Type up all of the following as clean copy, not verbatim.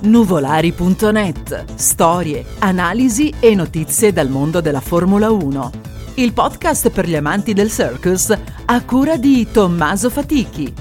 Nuvolari.net. Storie, analisi e notizie dal mondo della Formula 1. Il podcast per gli amanti del circus a cura di Tommaso Fatichi.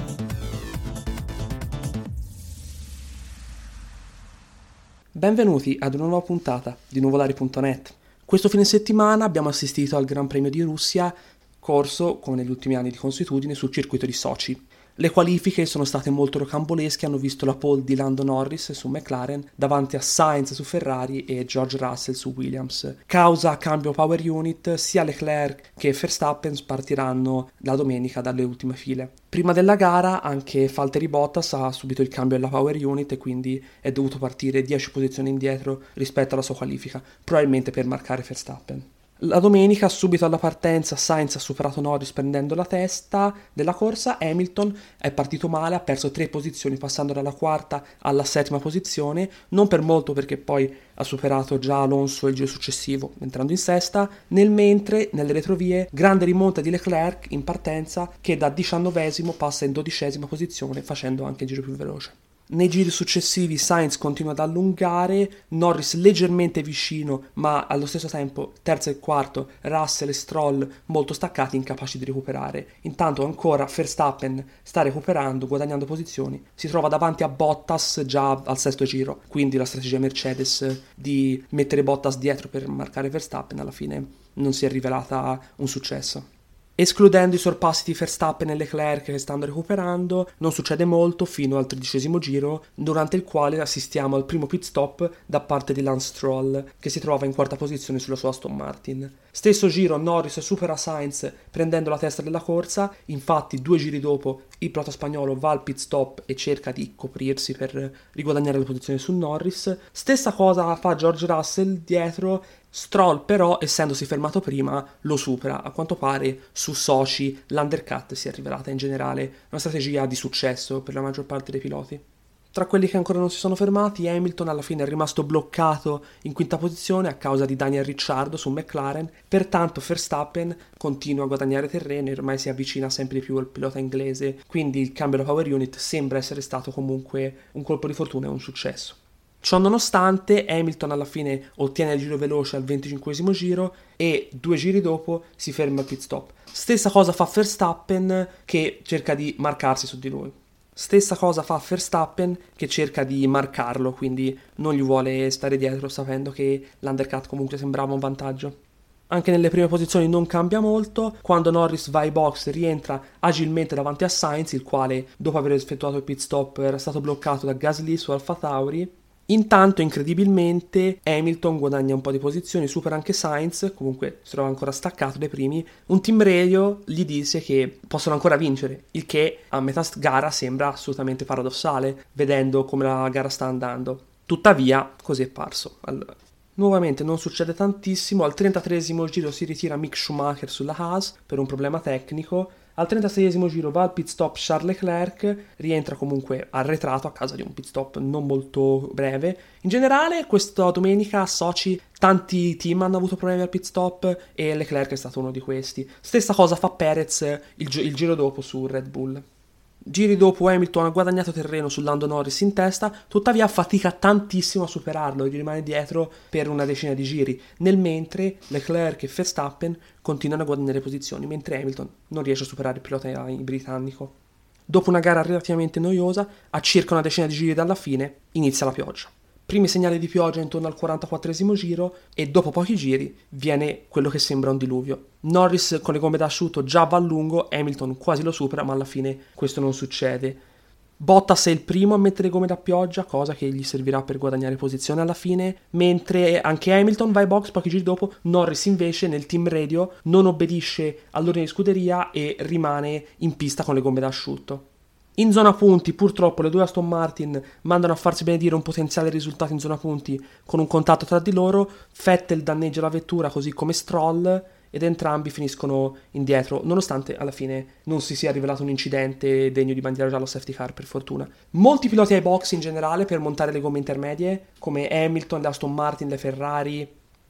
Benvenuti ad una nuova puntata di Nuvolari.net. Questo fine settimana abbiamo assistito al Gran Premio di Russia, corso, come negli ultimi anni di consuetudine, sul circuito di Sochi. Le qualifiche sono state molto rocambolesche, hanno visto la pole di Lando Norris su McLaren davanti a Sainz su Ferrari e George Russell su Williams. Causa cambio power unit, sia Leclerc che Verstappen partiranno la domenica dalle ultime file. Prima della gara anche Valtteri Bottas ha subito il cambio della power unit e quindi è dovuto partire 10 posizioni indietro rispetto alla sua qualifica, probabilmente per marcare Verstappen. La domenica, subito alla partenza, Sainz ha superato Norris prendendo la testa della corsa. Hamilton è partito male, ha perso 3 posizioni passando dalla quarta alla settima posizione, non per molto perché poi ha superato già Alonso il giro successivo entrando in sesta, mentre nelle retrovie grande rimonta di Leclerc in partenza che da 19esimo passa in 12esima posizione facendo anche il giro più veloce. Nei giri successivi Sainz continua ad allungare, Norris leggermente vicino, ma allo stesso tempo terzo e quarto, Russell e Stroll molto staccati, incapaci di recuperare. Intanto ancora Verstappen sta recuperando, guadagnando posizioni, si trova davanti a Bottas già al sesto giro, quindi la strategia Mercedes di mettere Bottas dietro per marcare Verstappen alla fine non si è rivelata un successo. Escludendo i sorpassi di Verstappen e Leclerc che stanno recuperando, non succede molto fino al 13° giro, durante il quale assistiamo al primo pit stop da parte di Lance Stroll, che si trova in quarta posizione sulla sua Aston Martin. Stesso giro, Norris supera Sainz prendendo la testa della corsa, infatti 2 giri dopo il pilota spagnolo va al pit stop e cerca di coprirsi per riguadagnare la posizione su Norris. Stessa cosa fa George Russell dietro. Stroll però, essendosi fermato prima, lo supera. A quanto pare su Sochi l'undercut si è rivelata in generale una strategia di successo per la maggior parte dei piloti. Tra quelli che ancora non si sono fermati, Hamilton alla fine è rimasto bloccato in quinta posizione a causa di Daniel Ricciardo su McLaren, pertanto Verstappen continua a guadagnare terreno e ormai si avvicina sempre di più al pilota inglese, quindi il cambio della power unit sembra essere stato comunque un colpo di fortuna e un successo. Ciò nonostante, Hamilton alla fine ottiene il giro veloce al 25° giro e 2 giri dopo si ferma al pit stop. Stessa cosa fa Verstappen che cerca di marcarsi su di lui. Stessa cosa fa Verstappen che cerca di marcarlo, quindi non gli vuole stare dietro sapendo che l'undercut comunque sembrava un vantaggio. Anche nelle prime posizioni non cambia molto, quando Norris va ai box rientra agilmente davanti a Sainz, il quale dopo aver effettuato il pit stop era stato bloccato da Gasly su AlphaTauri. Intanto, incredibilmente, Hamilton guadagna un po' di posizioni, supera anche Sainz, comunque si trova ancora staccato dai primi. Un team radio gli dice che possono ancora vincere, il che a metà gara sembra assolutamente paradossale, vedendo come la gara sta andando. Tuttavia, così è parso. Allora, nuovamente non succede tantissimo, al 33° giro si ritira Mick Schumacher sulla Haas per un problema tecnico. Al 36° giro va al pit stop Charles Leclerc, rientra comunque arretrato a causa di un pit stop non molto breve. In generale, questa domenica a Sochi tanti team hanno avuto problemi al pit stop e Leclerc è stato uno di questi. Stessa cosa fa Perez il giro dopo su Red Bull. Giri dopo Hamilton ha guadagnato terreno su Lando Norris in testa, tuttavia fatica tantissimo a superarlo e gli rimane dietro per una decina di giri, nel mentre Leclerc e Verstappen continuano a guadagnare posizioni, mentre Hamilton non riesce a superare il pilota britannico. Dopo una gara relativamente noiosa, a circa una decina di giri dalla fine, inizia la pioggia. Primi segnali di pioggia intorno al 44° giro e dopo pochi giri viene quello che sembra un diluvio. Norris con le gomme da asciutto già va a lungo, Hamilton quasi lo supera ma alla fine questo non succede. Bottas è il primo a mettere gomme da pioggia, cosa che gli servirà per guadagnare posizione alla fine, mentre anche Hamilton va ai box pochi giri dopo. Norris invece nel team radio non obbedisce all'ordine di scuderia e rimane in pista con le gomme da asciutto. In zona punti purtroppo le due Aston Martin mandano a farsi benedire un potenziale risultato in zona punti con un contatto tra di loro. Vettel danneggia la vettura così come Stroll ed entrambi finiscono indietro, nonostante alla fine non si sia rivelato un incidente degno di bandiera gialla o safety car, per fortuna. Molti piloti ai box in generale per montare le gomme intermedie, come Hamilton, le Aston Martin, le Ferrari.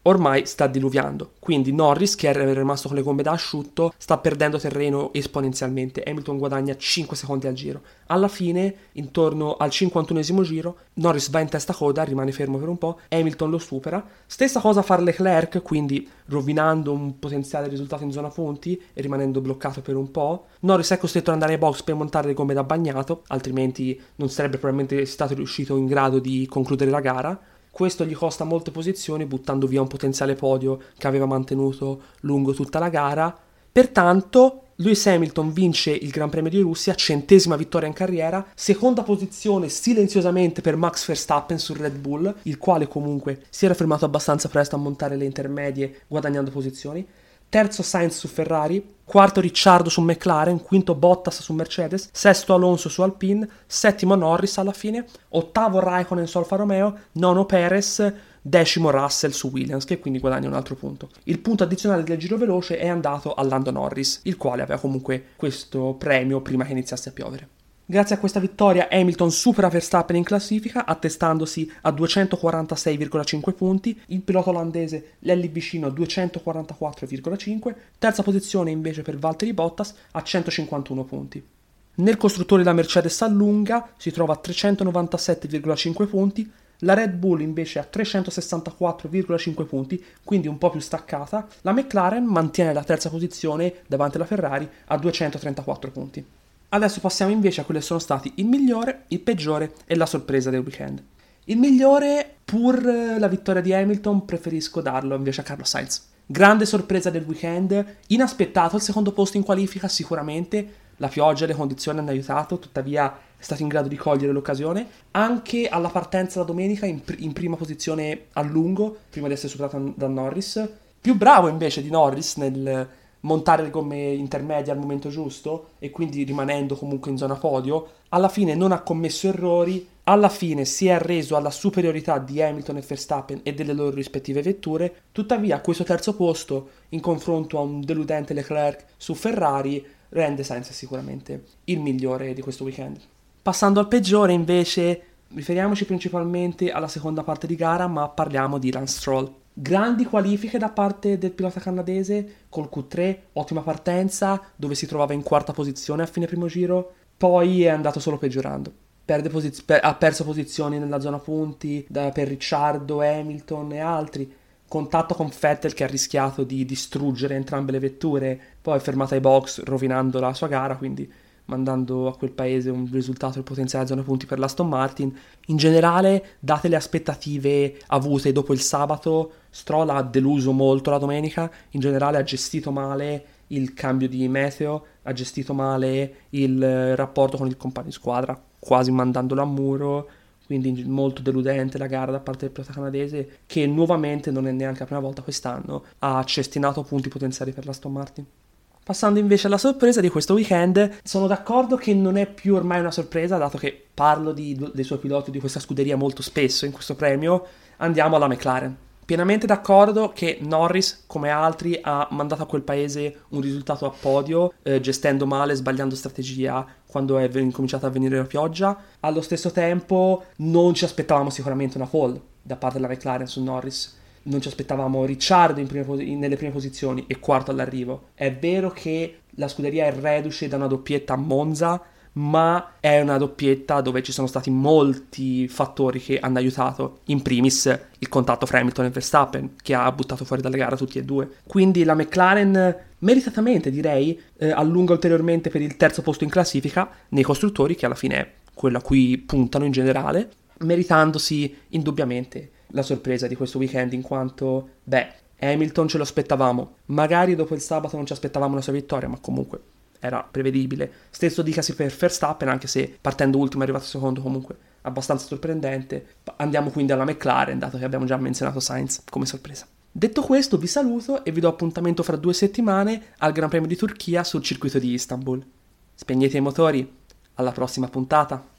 ormai sta diluviando, quindi Norris, che era rimasto con le gomme da asciutto, sta perdendo terreno esponenzialmente. Hamilton guadagna 5 secondi al giro. Alla fine, intorno al 51esimo giro, Norris va in testa coda, rimane fermo per un po', Hamilton lo supera. Stessa cosa fa Leclerc, quindi rovinando un potenziale risultato in zona punti e rimanendo bloccato per un po'. Norris è costretto ad andare ai box per montare le gomme da bagnato, altrimenti non sarebbe probabilmente stato riuscito in grado di concludere la gara. Questo gli costa molte posizioni, buttando via un potenziale podio che aveva mantenuto lungo tutta la gara. Pertanto Lewis Hamilton vince il Gran Premio di Russia, 100ª vittoria in carriera, seconda posizione silenziosamente per Max Verstappen sul Red Bull, il quale comunque si era fermato abbastanza presto a montare le intermedie guadagnando posizioni. Terzo Sainz su Ferrari, quarto Ricciardo su McLaren, quinto Bottas su Mercedes, sesto Alonso su Alpine, settimo Norris alla fine, ottavo Raikkonen su Alfa Romeo, nono Perez, decimo Russell su Williams, che quindi guadagna un altro punto. Il punto addizionale del giro veloce è andato a Lando Norris, il quale aveva comunque questo premio prima che iniziasse a piovere. Grazie a questa vittoria Hamilton supera Verstappen in classifica, attestandosi a 246,5 punti, il pilota olandese è lì vicino a 244,5, terza posizione invece per Valtteri Bottas a 151 punti. Nel costruttore la Mercedes allunga, si trova a 397,5 punti, la Red Bull invece a 364,5 punti, quindi un po' più staccata, la McLaren mantiene la terza posizione davanti alla Ferrari a 234 punti. Adesso passiamo invece a quelli che sono stati il migliore, il peggiore e la sorpresa del weekend. Il migliore, pur la vittoria di Hamilton, preferisco darlo invece a Carlos Sainz. Grande sorpresa del weekend, inaspettato il secondo posto in qualifica sicuramente, la pioggia e le condizioni hanno aiutato, tuttavia è stato in grado di cogliere l'occasione. Anche alla partenza la domenica in prima posizione a lungo, prima di essere superato da Norris. Più bravo invece di Norris nel montare le gomme intermedie al momento giusto e quindi rimanendo comunque in zona podio, alla fine non ha commesso errori, alla fine si è arreso alla superiorità di Hamilton e Verstappen e delle loro rispettive vetture, tuttavia questo terzo posto in confronto a un deludente Leclerc su Ferrari rende Sainz sicuramente il migliore di questo weekend. Passando al peggiore invece, riferiamoci principalmente alla seconda parte di gara, ma parliamo di Lance Stroll. Grandi qualifiche da parte del pilota canadese col Q3, ottima partenza dove si trovava in quarta posizione a fine primo giro, poi è andato solo peggiorando. Ha perso posizioni nella zona punti per Ricciardo, Hamilton e altri, contatto con Vettel che ha rischiato di distruggere entrambe le vetture, poi è fermato ai box rovinando la sua gara, quindi mandando a quel paese un risultato del potenziale zona punti per l'Aston Martin. In generale, date le aspettative avute dopo il sabato, Stroll ha deluso molto la domenica, in generale ha gestito male il cambio di meteo, ha gestito male il rapporto con il compagno di squadra, quasi mandandolo a muro, quindi molto deludente la gara da parte del pilota canadese, che nuovamente, non è neanche la prima volta quest'anno, ha cestinato punti potenziali per l'Aston Martin. Passando invece alla sorpresa di questo weekend, sono d'accordo che non è più ormai una sorpresa, dato che parlo dei suoi piloti di questa scuderia molto spesso in questo premio. Andiamo alla McLaren. Pienamente d'accordo che Norris, come altri, ha mandato a quel paese un risultato a podio, gestendo male, sbagliando strategia quando è incominciata a venire la pioggia. Allo stesso tempo non ci aspettavamo sicuramente una pole da parte della McLaren su Norris. Non ci aspettavamo Ricciardo nelle prime posizioni e quarto all'arrivo. È vero che la scuderia è reduce da una doppietta a Monza, ma è una doppietta dove ci sono stati molti fattori che hanno aiutato, in primis il contatto fra Hamilton e Verstappen, che ha buttato fuori dalle gare tutti e due. Quindi la McLaren, meritatamente direi, allunga ulteriormente per il terzo posto in classifica nei costruttori, che alla fine è quello a cui puntano in generale, meritandosi indubbiamente la sorpresa di questo weekend, in quanto, Hamilton ce lo aspettavamo, magari dopo il sabato non ci aspettavamo la sua vittoria, ma comunque era prevedibile. Stesso dicasi per Verstappen, anche se partendo ultimo è arrivato secondo, comunque abbastanza sorprendente. Andiamo quindi alla McLaren, dato che abbiamo già menzionato Sainz come sorpresa. Detto questo, vi saluto e vi do appuntamento fra 2 settimane al Gran Premio di Turchia sul circuito di Istanbul. Spegnete i motori, alla prossima puntata!